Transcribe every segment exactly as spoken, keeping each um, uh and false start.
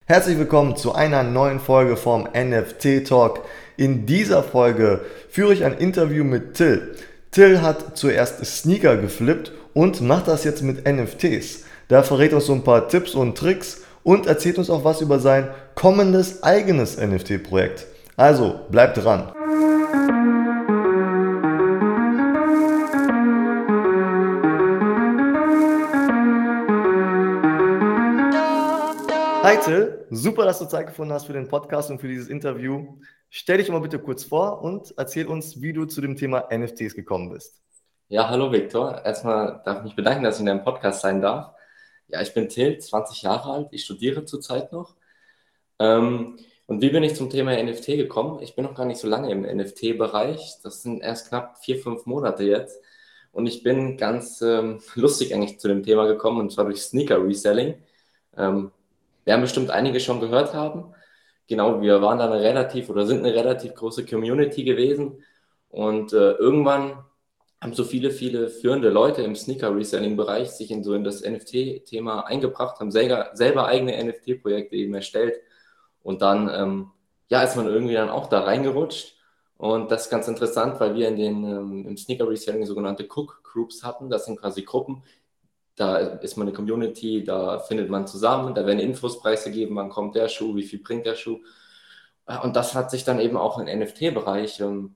Herzlich willkommen zu einer neuen Folge vom N F T Talk. In dieser Folge führe ich ein Interview mit Till. Till hat zuerst Sneaker geflippt und macht das jetzt mit N F Ts. Da verrät uns so ein paar Tipps und Tricks und erzählt uns auch was über sein kommendes eigenes N F T-Projekt. Also bleibt dran. Hi Till, super, dass du Zeit gefunden hast für den Podcast und für dieses Interview. Stell dich mal bitte kurz vor und erzähl uns, wie du zu dem Thema N F Ts gekommen bist. Ja, hallo Viktor. Erstmal darf ich mich bedanken, dass ich in deinem Podcast sein darf. Ja, ich bin Till, zwanzig Jahre alt. Ich studiere zurzeit noch. Ähm, und wie bin ich zum Thema N F T gekommen? Ich bin noch gar nicht so lange im N F T-Bereich. Das sind erst knapp vier, fünf Monate jetzt. Und ich bin ganz ähm, lustig eigentlich zu dem Thema gekommen, und zwar durch Sneaker-Reselling. Ähm, werden bestimmt einige schon gehört haben. Genau, wir waren da eine relativ oder sind eine relativ große Community gewesen. Und äh, irgendwann haben so viele, viele führende Leute im Sneaker-Reselling-Bereich sich in so in das N F T-Thema eingebracht, haben selber, selber eigene N F T-Projekte eben erstellt. Und dann, ähm, ja, ist man irgendwie dann auch da reingerutscht. Und das ist ganz interessant, weil wir in den, ähm, im Sneaker-Reselling sogenannte Cook-Groups hatten. Das sind quasi Gruppen, da ist man eine Community, da findet man zusammen, da werden Infos preisgegeben, wann kommt der Schuh, wie viel bringt der Schuh. Und das hat sich dann eben auch im N F T-Bereich ähm,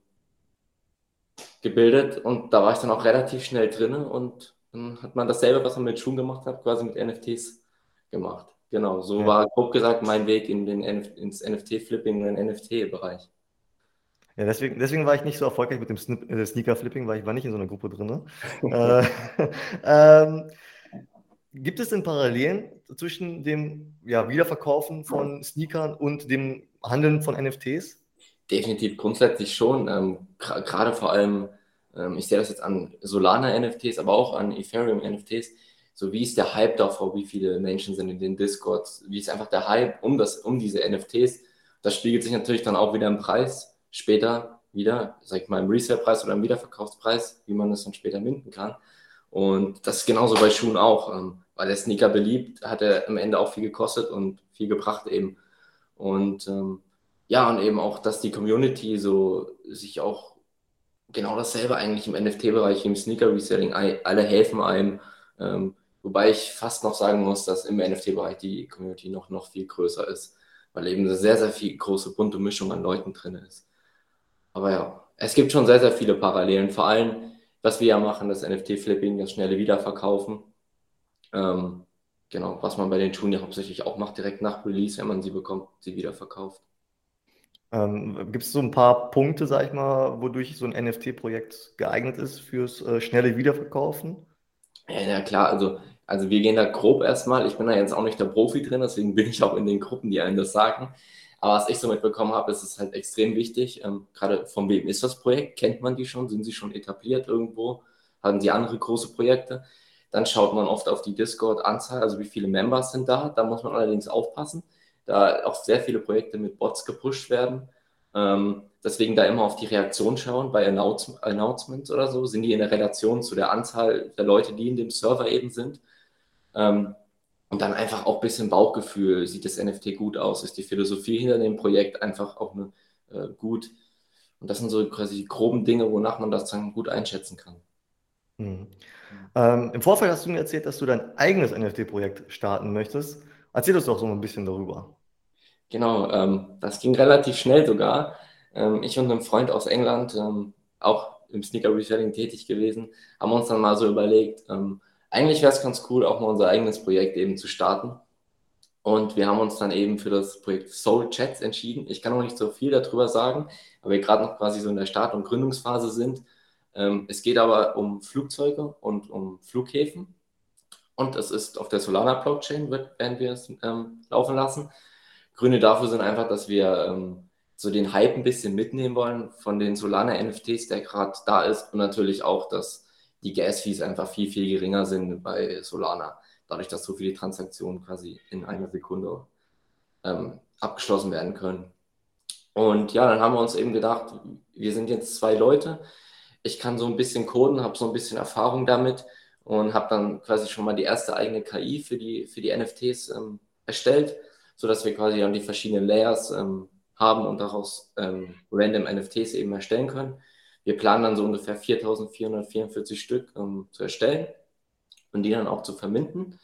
gebildet, und da war ich dann auch relativ schnell drin, und dann hat man dasselbe, was man mit Schuhen gemacht hat, quasi mit N F Ts gemacht. Genau, so Ja, war grob gesagt mein Weg in den N F ins N F T-Flipping und den N F T-Bereich. ja deswegen, deswegen war ich nicht so erfolgreich mit dem Snip- äh, Sneaker-Flipping, weil ich war nicht in so einer Gruppe drin. Äh, ähm, Gibt es denn Parallelen zwischen dem ja, Wiederverkaufen von Sneakern und dem Handeln von N F Ts? Definitiv grundsätzlich schon. Ähm, gra- gerade vor allem, ähm, ich sehe das jetzt an Solana-N F Ts, aber auch an Ethereum-N F Ts. So wie ist der Hype davor, wie viele Menschen sind in den Discords, wie ist einfach der Hype um, das, um diese N F Ts. Das spiegelt sich natürlich dann auch wieder im Preis, später wieder, sag ich mal, im Resale-Preis oder im Wiederverkaufspreis, wie man das dann später minden kann. Und das ist genauso bei Schuhen auch, ähm, weil der Sneaker beliebt, hat er am Ende auch viel gekostet und viel gebracht eben. Und ähm, ja, und eben auch, dass die Community so sich auch genau dasselbe eigentlich im N F T-Bereich, im Sneaker-Reselling, ei- alle helfen einem. Ähm, wobei ich fast noch sagen muss, dass im N F T-Bereich die Community noch, noch viel größer ist, weil eben eine sehr, sehr viel große bunte Mischung an Leuten drin ist. Aber ja, es gibt schon sehr, sehr viele Parallelen. Vor allem, was wir ja machen, das N F T-Flipping, das schnelle Wiederverkaufen. Ähm, genau, was man bei den Schuhen ja hauptsächlich auch macht, direkt nach Release, wenn man sie bekommt, sie wiederverkauft. Ähm, gibt es so ein paar Punkte, sag ich mal, wodurch so ein N F T-Projekt geeignet ist fürs äh, schnelle Wiederverkaufen? Ja, ja, klar, also, also wir gehen da grob erstmal. Ich bin da jetzt auch nicht der Profi drin, deswegen bin ich auch in den Gruppen, die einem das sagen. Aber was ich so mitbekommen habe, ist es halt extrem wichtig. Ähm, gerade von wem ist das Projekt? Kennt man die schon? Sind sie schon etabliert irgendwo? Haben sie andere große Projekte? Dann schaut man oft auf die Discord-Anzahl, also wie viele Members sind da. Da muss man allerdings aufpassen, da auch sehr viele Projekte mit Bots gepusht werden. Ähm, deswegen da immer auf die Reaktion schauen bei Announce Announcements oder so. Sind die in der Relation zu der Anzahl der Leute, die in dem Server eben sind? Ähm, und dann einfach auch ein bisschen Bauchgefühl. Sieht das N F T gut aus? Ist die Philosophie hinter dem Projekt einfach auch eine, äh, gut? Und das sind so quasi die groben Dinge, wonach man das dann gut einschätzen kann. Mhm. Ähm, im Vorfeld hast du mir erzählt, dass du dein eigenes N F T-Projekt starten möchtest. Erzähl uns doch so ein bisschen darüber. Genau, ähm, das ging relativ schnell sogar. Ähm, ich und ein Freund aus England, ähm, auch im Sneaker-Reselling tätig gewesen, haben uns dann mal so überlegt, ähm, eigentlich wäre es ganz cool, auch mal unser eigenes Projekt eben zu starten. Und wir haben uns dann eben für das Projekt Soul Chats entschieden. Ich kann noch nicht so viel darüber sagen, weil wir gerade noch quasi so in der Start- und Gründungsphase sind. Ähm, es geht aber um Flugzeuge und um Flughäfen. Und es ist auf der Solana-Blockchain, wird, werden wir es ähm, laufen lassen. Gründe dafür sind einfach, dass wir ähm, so den Hype ein bisschen mitnehmen wollen von den Solana-N F Ts, der gerade da ist. Und natürlich auch, dass die Gas-Fees einfach viel, viel geringer sind bei Solana. Dadurch, dass so viele Transaktionen quasi in einer Sekunde ähm, abgeschlossen werden können. Und ja, dann haben wir uns eben gedacht, wir sind jetzt zwei Leute. Ich kann so ein bisschen coden, habe so ein bisschen Erfahrung damit und habe dann quasi schon mal die erste eigene K I für die, für die N F Ts ähm, erstellt. sodass wir quasi dann die verschiedenen Layers ähm, haben und daraus ähm, random N F Ts eben erstellen können. Wir planen dann so ungefähr viertausendvierhundertvierundvierzig Stück ähm, zu erstellen und die dann auch zu verminten.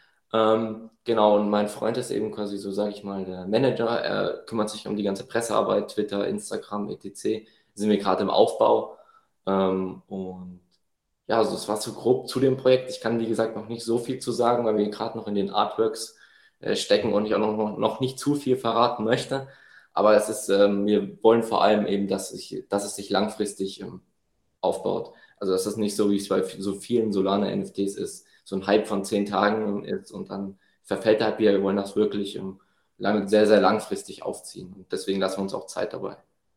Ähm, genau, und mein Freund ist eben quasi so, sage ich mal, der Manager. Er kümmert sich um die ganze Pressearbeit, Twitter, Instagram, et cetera. Sind wir gerade im Aufbau. Ähm, und ja, also es war zu grob zu dem Projekt. Ich kann, wie gesagt, noch nicht so viel zu sagen, weil wir gerade noch in den Artworks äh, stecken und ich auch noch, noch nicht zu viel verraten möchte. Aber es ist, ähm, wir wollen vor allem eben, dass, ich, dass es sich langfristig ähm, aufbaut. Also dass das nicht so, wie es bei so vielen Solana-N F Ts ist, so ein Hype von zehn Tagen ist und dann verfällt der Hype wieder. Wir wollen das wirklich ähm, lang, sehr, sehr langfristig aufziehen. Und deswegen lassen wir uns auch Zeit dabei.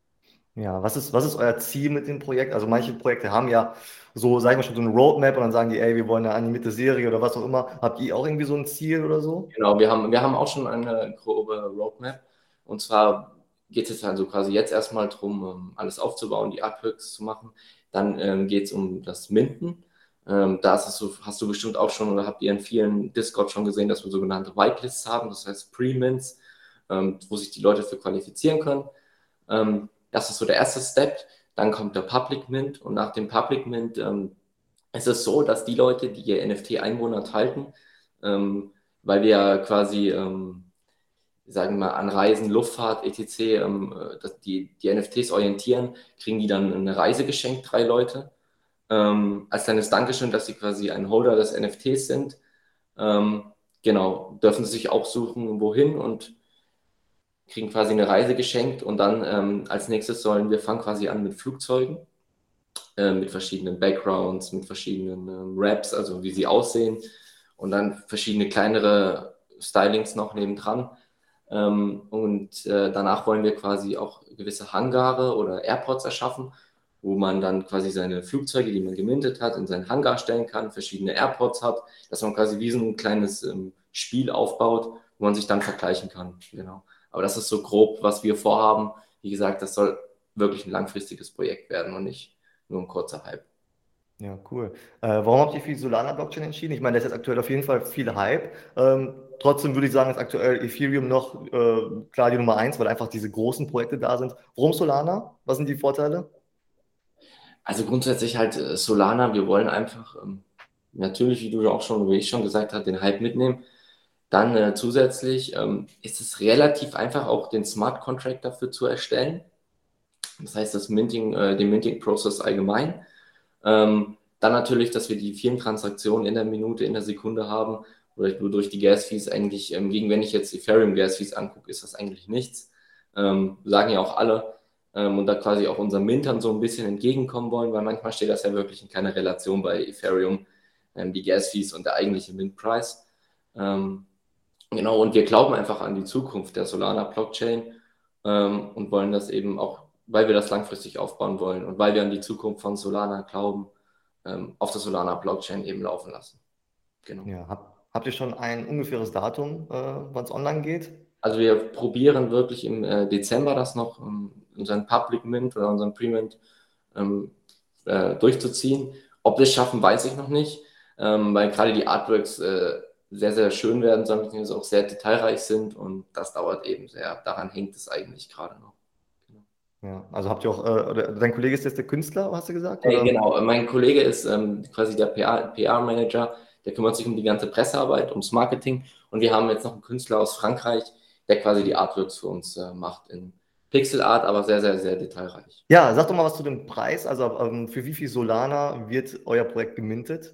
Ja, was ist, was ist euer Ziel mit dem Projekt? Also manche Projekte haben ja so, sag ich mal schon, so eine Roadmap und dann sagen die, ey, wir wollen eine animierte Serie oder was auch immer. Habt ihr auch irgendwie so ein Ziel oder so? Genau, wir haben, wir haben auch schon eine grobe Roadmap. Und zwar geht es also quasi jetzt erstmal darum, ähm, alles aufzubauen, die Artworks zu machen. Dann ähm, geht es um das Minden. Ähm, da ist es so, hast du bestimmt auch schon oder habt ihr in vielen Discord schon gesehen, dass wir sogenannte Whitelists haben, das heißt Pre-Mints, ähm, wo sich die Leute für qualifizieren können. Ähm, das ist so der erste Step. Dann kommt der Public Mint und nach dem Public Mint ähm, ist es so, dass die Leute, die ihr N F T einen Monat halten, ähm, weil wir ja quasi, ähm, sagen wir mal, an Reisen, Luftfahrt, et cetera, ähm, äh, dass die, die N F Ts orientieren, kriegen die dann eine Reise geschenkt, drei Leute. Ähm, als kleines Dankeschön, dass sie quasi ein Holder des N F Ts sind. Ähm, genau, dürfen sie sich auch suchen, wohin und kriegen quasi eine Reise geschenkt. Und dann ähm, als nächstes sollen wir fangen quasi an mit Flugzeugen, äh, mit verschiedenen Backgrounds, mit verschiedenen ähm, Raps, also wie sie aussehen. Und dann verschiedene kleinere Stylings noch nebendran. Ähm, und äh, danach wollen wir quasi auch gewisse Hangare oder Airports erschaffen, wo man dann quasi seine Flugzeuge, die man gemintet hat, in seinen Hangar stellen kann, verschiedene Airports hat, dass man quasi wie so ein kleines ähm, Spiel aufbaut, wo man sich dann vergleichen kann. Genau. Aber das ist so grob, was wir vorhaben. Wie gesagt, das soll wirklich ein langfristiges Projekt werden und nicht nur ein kurzer Hype. Ja, cool. Äh, warum habt ihr für die Solana-Blockchain entschieden? Ich meine, das ist jetzt aktuell auf jeden Fall viel Hype. Ähm, trotzdem würde ich sagen, ist aktuell Ethereum noch äh, klar die Nummer eins, weil einfach diese großen Projekte da sind. Warum Solana? Was sind die Vorteile? Also grundsätzlich halt äh, Solana, wir wollen einfach ähm, natürlich, wie du auch schon, wie ich schon gesagt habe, den Hype mitnehmen. Dann äh, zusätzlich ähm, ist es relativ einfach, auch den Smart Contract dafür zu erstellen. Das heißt, das Minting, äh, den Minting-Prozess allgemein. Ähm, dann natürlich, dass wir die vielen Transaktionen in der Minute, in der Sekunde haben, oder nur durch die Gas-Fees eigentlich, ähm, gegen wenn ich jetzt Ethereum Gas-Fees angucke, ist das eigentlich nichts. Ähm, sagen ja auch alle. Ähm, und da quasi auch unseren Mintern so ein bisschen entgegenkommen wollen, weil manchmal steht das ja wirklich in keiner Relation bei Ethereum, ähm, die Gas-Fees und der eigentliche Mint-Price. Ähm, Genau, und wir glauben einfach an die Zukunft der Solana-Blockchain ähm, und wollen das eben auch, weil wir das langfristig aufbauen wollen und weil wir an die Zukunft von Solana glauben, ähm, auf der Solana-Blockchain eben laufen lassen. Genau. Ja, hab, habt ihr schon ein ungefähres Datum, äh, wann es online geht? Also wir probieren wirklich im äh, Dezember das noch, ähm, unseren Public Mint oder unseren Pre-Mint ähm, äh, durchzuziehen. Ob wir es schaffen, weiß ich noch nicht, ähm, weil gerade die Artworks äh, sehr, sehr schön werden sollen, beziehungsweise auch sehr detailreich sind und das dauert eben sehr. Daran hängt es eigentlich gerade noch. Genau. Ja, also habt ihr auch, äh, oder dein Kollege ist jetzt der Künstler, hast du gesagt? Äh, Oder? genau, mein Kollege ist ähm, quasi der P R, P R-Manager, der kümmert sich um die ganze Pressearbeit, ums Marketing und wir haben jetzt noch einen Künstler aus Frankreich, der quasi die Artworks für uns äh, macht in Pixel Art, aber sehr, sehr, sehr detailreich. Ja, sag doch mal was zu dem Preis. Also ähm, für wie viel Solana wird euer Projekt gemintet?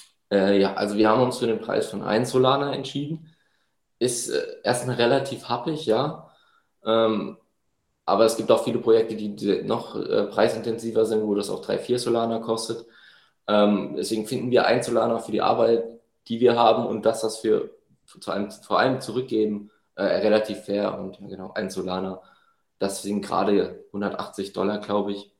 Äh, ja, also wir haben uns für den Preis von ein Solana entschieden. Ist äh, erstmal relativ happig, ja. Ähm, aber es gibt auch viele Projekte, die, die noch äh, preisintensiver sind, wo das auch drei, vier Solana kostet. Ähm, deswegen finden wir ein Solana für die Arbeit, die wir haben und das, was wir zu einem, vor allem zurückgeben, äh, relativ fair. Und ja, genau, ein Solana, das sind gerade hundertachtzig Dollar, glaube ich.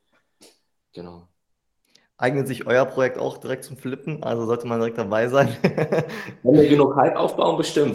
Genau. Eignet sich euer Projekt auch direkt zum Flippen? Also sollte man direkt dabei sein? Wenn wir genug Hype aufbauen, bestimmt.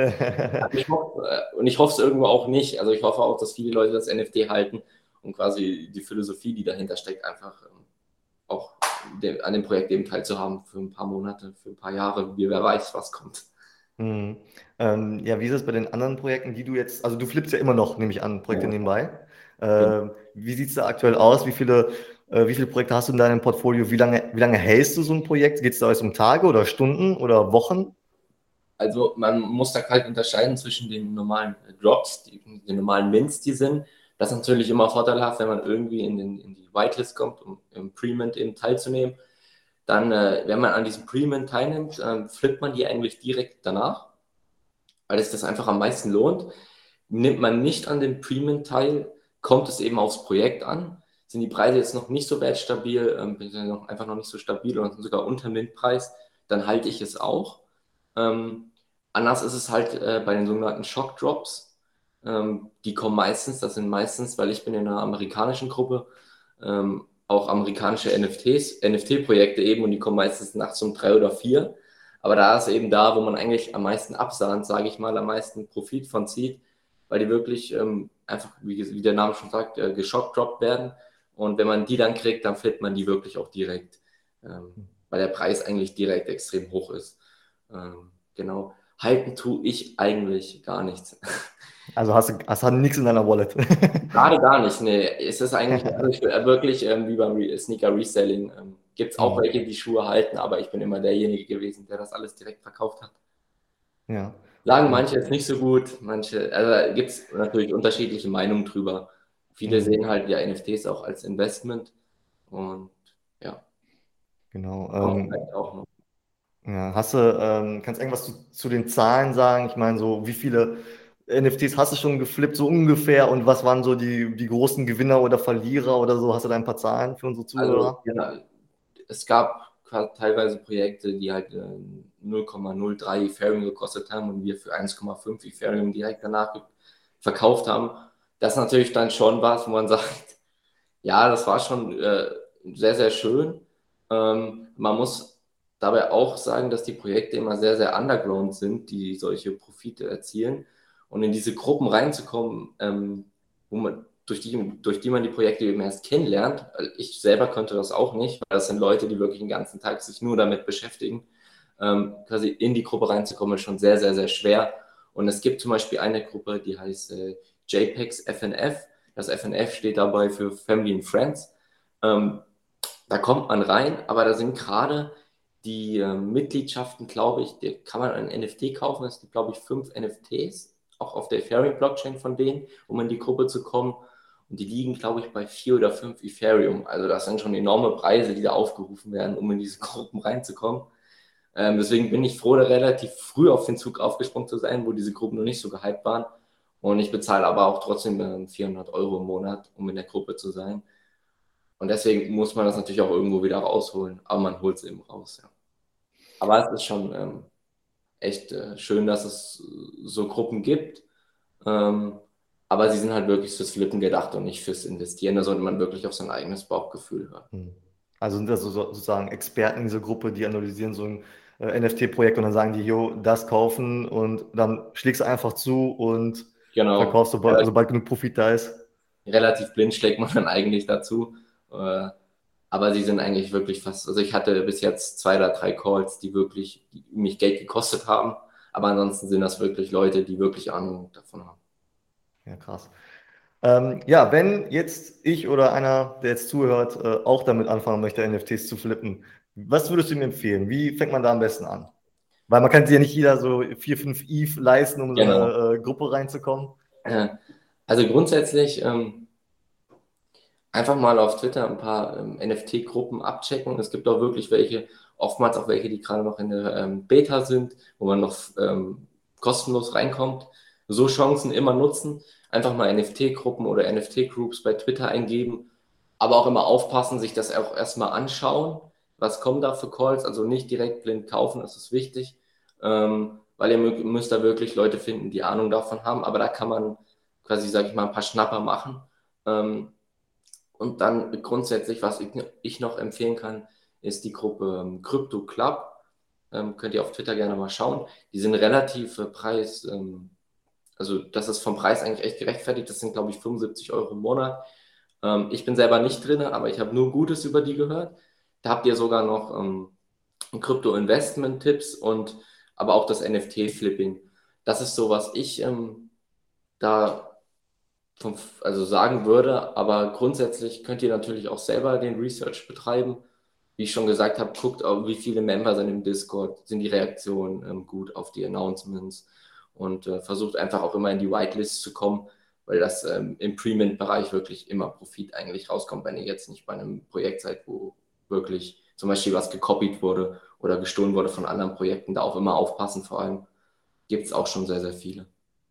Ich hoffe, äh, und ich hoffe es irgendwo auch nicht. Also ich hoffe auch, dass viele Leute das N F T halten und quasi die Philosophie, die dahinter steckt, einfach ähm, auch de- an dem Projekt eben teilzuhaben für ein paar Monate, für ein paar Jahre, wie wer weiß, was kommt. Mhm. Ähm, ja, wie ist es bei den anderen Projekten, die du jetzt, also du flippst ja immer noch, nehme ich an, Projekte Ja. nebenbei. Ähm, wie sieht es da aktuell aus? Wie viele, äh, wie viele Projekte hast du in deinem Portfolio? Wie lange, wie lange hältst du so ein Projekt? Geht es da jetzt um Tage oder Stunden oder Wochen? Also man muss da halt unterscheiden zwischen den normalen Drops, die, den normalen Mints, die sind. Das ist natürlich immer vorteilhaft, wenn man irgendwie in, den, in die Whitelist kommt, um im Pre-Mint eben teilzunehmen. Dann, äh, wenn man an diesem Pre-Mint teilnimmt, ähm, flippt man die eigentlich direkt danach, weil es das einfach am meisten lohnt. Nimmt man nicht an dem Pre-Mint teil, kommt es eben aufs Projekt an. Sind die Preise jetzt noch nicht so wertstabil, ähm, sind noch, einfach noch nicht so stabil oder sind sogar unter Mint-Preis, dann halte ich es auch. Ähm, anders ist es halt äh, bei den sogenannten Shock Drops. Ähm, die kommen meistens, das sind meistens, weil ich bin in einer amerikanischen Gruppe, ähm, auch amerikanische N F Ts, N F T-Projekte eben und die kommen meistens nachts um drei oder vier. Aber da ist eben da, wo man eigentlich am meisten absahnt, sage ich mal, am meisten Profit von zieht, weil die wirklich ähm, einfach, wie, wie, der Name schon sagt, äh, geschockdroppt werden. Und wenn man die dann kriegt, dann findet man die wirklich auch direkt, ähm, weil der Preis eigentlich direkt extrem hoch ist. Ähm, genau. Halten tue ich eigentlich gar nichts. Also hast du, hast du nichts in deiner Wallet. Gerade gar nicht, nee. Es ist eigentlich also ich, äh, wirklich ähm, wie beim Re Sneaker Reselling. Ähm, Gibt es auch Mhm. welche, die Schuhe halten, aber ich bin immer derjenige gewesen, der das alles direkt verkauft hat. Ja. Sagen Und manche jetzt nicht so gut, manche, also gibt es natürlich unterschiedliche Meinungen drüber. Viele mhm. sehen halt ja N F Ts auch als Investment und ja, Genau. kommt Ähm, vielleicht auch noch. ja, hast du, ähm, kannst du irgendwas zu, zu den Zahlen sagen? Ich meine, so wie viele N F Ts hast du schon geflippt, so ungefähr? Und was waren so die, die großen Gewinner oder Verlierer oder so? Hast du da ein paar Zahlen für unsere Also Zuhörer? ja, es gab teilweise Projekte, die halt äh, null Komma null drei Ethereum gekostet haben und wir für eins Komma fünf Ethereum direkt danach verkauft haben. Das ist natürlich dann schon was, wo man sagt, ja, das war schon äh, sehr, sehr schön. Ähm, man muss dabei auch sagen, dass die Projekte immer sehr, sehr underground sind, die solche Profite erzielen. Und in diese Gruppen reinzukommen, ähm, wo man, durch die, durch die man die Projekte eben erst kennenlernt. Weil ich selber könnte das auch nicht, weil das sind Leute, die wirklich den ganzen Tag sich nur damit beschäftigen. Ähm, quasi in die Gruppe reinzukommen, ist schon sehr, sehr, sehr schwer. Und es gibt zum Beispiel eine Gruppe, die heißt äh, JPEGs F N F. Das F N F steht dabei für Family and Friends. Ähm, Da kommt man rein, aber da sind gerade die äh, Mitgliedschaften, glaube ich, da kann man ein N F T kaufen. Es gibt, glaube ich, fünf N F Ts, auch auf der Ethereum-Blockchain von denen, um in die Gruppe zu kommen. Und die liegen, glaube ich, bei vier oder fünf Ethereum. Also das sind schon enorme Preise, die da aufgerufen werden, um in diese Gruppen reinzukommen. Ähm, deswegen bin ich froh, da relativ früh auf den Zug aufgesprungen zu sein, wo diese Gruppen noch nicht so gehypt waren. Und ich bezahle aber auch trotzdem ähm, vierhundert Euro im Monat, um in der Gruppe zu sein. Und deswegen muss man das natürlich auch irgendwo wieder rausholen. Aber man holt es eben raus, ja. Aber es ist schon ähm, echt äh, schön, dass es so Gruppen gibt. Ähm, aber sie sind halt wirklich fürs Flippen gedacht und nicht fürs Investieren. Da sollte man wirklich auf sein eigenes Bauchgefühl hören. Hm. Also sind das so, so- sozusagen Experten in dieser Gruppe, die analysieren so ein äh, N F T-Projekt und dann sagen die, jo, das kaufen und dann schlägst du einfach zu und Genau. verkaufst, sobald, sobald genug Profit da ist. Relativ blind schlägt man dann eigentlich dazu. Äh, aber sie sind eigentlich wirklich fast, also ich hatte bis jetzt zwei oder drei Calls, die wirklich die mich Geld gekostet haben. Aber ansonsten sind das wirklich Leute, die wirklich Ahnung davon haben. Ja, krass. Ähm, ja, wenn jetzt ich oder einer, der jetzt zuhört, äh, auch damit anfangen möchte, N F Ts zu flippen, was würdest du ihm empfehlen? Wie fängt man da am besten an? Weil man kann sich ja nicht jeder so vier, fünf E T H leisten, um in so Genau. eine äh, Gruppe reinzukommen. Äh, Also grundsätzlich ähm, einfach mal auf Twitter ein paar ähm, N F T-Gruppen abchecken. Es gibt auch wirklich welche, oftmals auch welche, die gerade noch in der ähm, Beta sind, wo man noch ähm, kostenlos reinkommt. So Chancen immer nutzen. Einfach mal N F T-Gruppen oder N F T-Groups bei Twitter eingeben, aber auch immer aufpassen, sich das auch erstmal anschauen. Was kommen da für Calls? Also nicht direkt blind kaufen, das ist wichtig, ähm, weil ihr mü- müsst da wirklich Leute finden, die Ahnung davon haben. Aber da kann man quasi, sage ich mal, ein paar Schnapper machen. Ähm, und dann grundsätzlich, was ich, ich noch empfehlen kann, ist die Gruppe ähm, Crypto Club. Ähm, könnt ihr auf Twitter gerne mal schauen. Die sind relativ äh, preis, ähm, also das ist vom Preis eigentlich echt gerechtfertigt. Das sind, glaube ich, fünfundsiebzig Euro im Monat. Ähm, ich bin selber nicht drin, aber ich habe nur Gutes über die gehört. Da habt ihr sogar noch ähm, Krypto-Investment-Tipps und aber auch das N F T-Flipping. Das ist so, was ich ähm, da vom, also sagen würde, aber grundsätzlich könnt ihr natürlich auch selber den Research betreiben. Wie ich schon gesagt habe, guckt, auch, wie viele Member sind im Discord, sind die Reaktionen ähm, gut auf die Announcements und äh, versucht einfach auch immer in die Whitelist zu kommen, weil das ähm, im Pre-Mint-Bereich wirklich immer Profit eigentlich rauskommt, wenn ihr jetzt nicht bei einem Projekt seid, wo wirklich zum Beispiel was gekopiert wurde oder gestohlen wurde von anderen Projekten, da auch immer aufpassen. Vor allem gibt es auch schon sehr, sehr viele.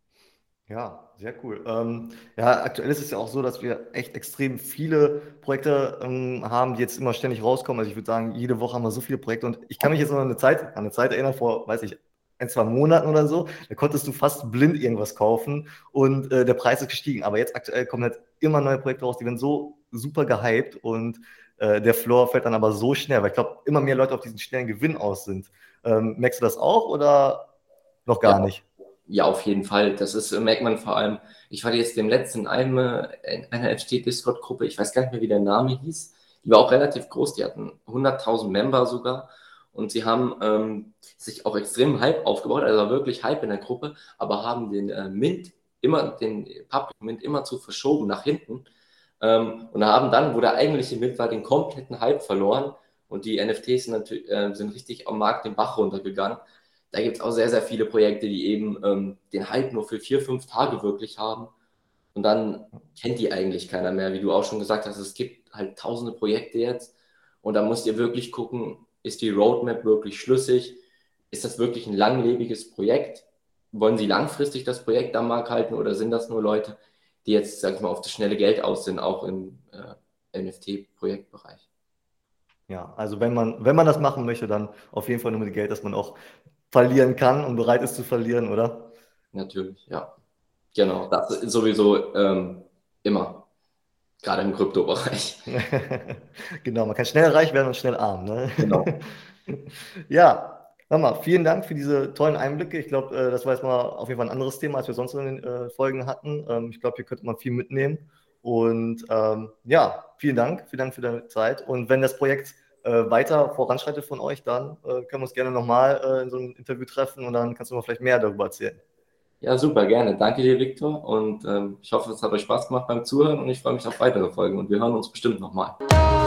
Ja, sehr cool. Ähm, ja, aktuell ist es ja auch so, dass wir echt extrem viele Projekte ähm, haben, die jetzt immer ständig rauskommen. Also ich würde sagen, jede Woche haben wir so viele Projekte und ich kann mich jetzt noch an eine Zeit, an eine Zeit erinnern, vor, weiß ich, ein, zwei Monaten oder so, da konntest du fast blind irgendwas kaufen und äh, der Preis ist gestiegen. Aber jetzt aktuell kommen halt immer neue Projekte raus, die werden so super gehypt und äh, der Floor fällt dann aber so schnell, weil ich glaube, immer mehr Leute auf diesen schnellen Gewinn aus sind. Ähm, merkst du das auch oder noch Ja, gar nicht? ja, auf jeden Fall. Das ist, merkt man vor allem. Ich war jetzt dem letzten in einem, in einer N F T-Discord-Gruppe, ich weiß gar nicht mehr, wie der Name hieß. Die war auch relativ groß, die hatten hunderttausend Member sogar. Und sie haben ähm, sich auch extrem Hype aufgebaut, also wirklich Hype in der Gruppe, aber haben den äh, Mint immer, den Public Mint immer zu verschoben nach hinten. Ähm, und haben dann, wo der eigentliche Mint war, den kompletten Hype verloren. Und die N F Ts sind, natürlich, äh, sind richtig am Markt den Bach runtergegangen. Da gibt es auch sehr, sehr viele Projekte, die eben ähm, den Hype nur für vier, fünf Tage wirklich haben. Und dann kennt die eigentlich keiner mehr. Wie du auch schon gesagt hast, es gibt halt tausende Projekte jetzt. Und da müsst ihr wirklich gucken, ist die Roadmap wirklich schlüssig? Ist das wirklich ein langlebiges Projekt? Wollen sie langfristig das Projekt am Markt halten oder sind das nur Leute, die jetzt, sag ich mal, auf das schnelle Geld aus sind, auch im äh, N F T-Projektbereich? Ja, also wenn man, wenn man das machen möchte, dann auf jeden Fall nur mit Geld, das man auch verlieren kann und bereit ist zu verlieren, oder? Natürlich, ja. Genau, das ist sowieso ähm, immer, gerade im Kryptobereich. Genau, man kann schnell reich werden und schnell arm, ne? Genau. Ja, sag mal, vielen Dank für diese tollen Einblicke. Ich glaube, äh, das war jetzt mal auf jeden Fall ein anderes Thema, als wir sonst in den äh, Folgen hatten. Ähm, ich glaube, hier könnte man viel mitnehmen. Und ähm, ja, vielen Dank, vielen Dank für deine Zeit. Und wenn das Projekt äh, weiter voranschreitet von euch, dann äh, können wir uns gerne nochmal äh, in so einem Interview treffen und dann kannst du mal vielleicht mehr darüber erzählen. Ja, super, gerne. Danke dir, Viktor. Und ähm, ich hoffe, es hat euch Spaß gemacht beim Zuhören und ich freue mich auf weitere Folgen und wir hören uns bestimmt nochmal.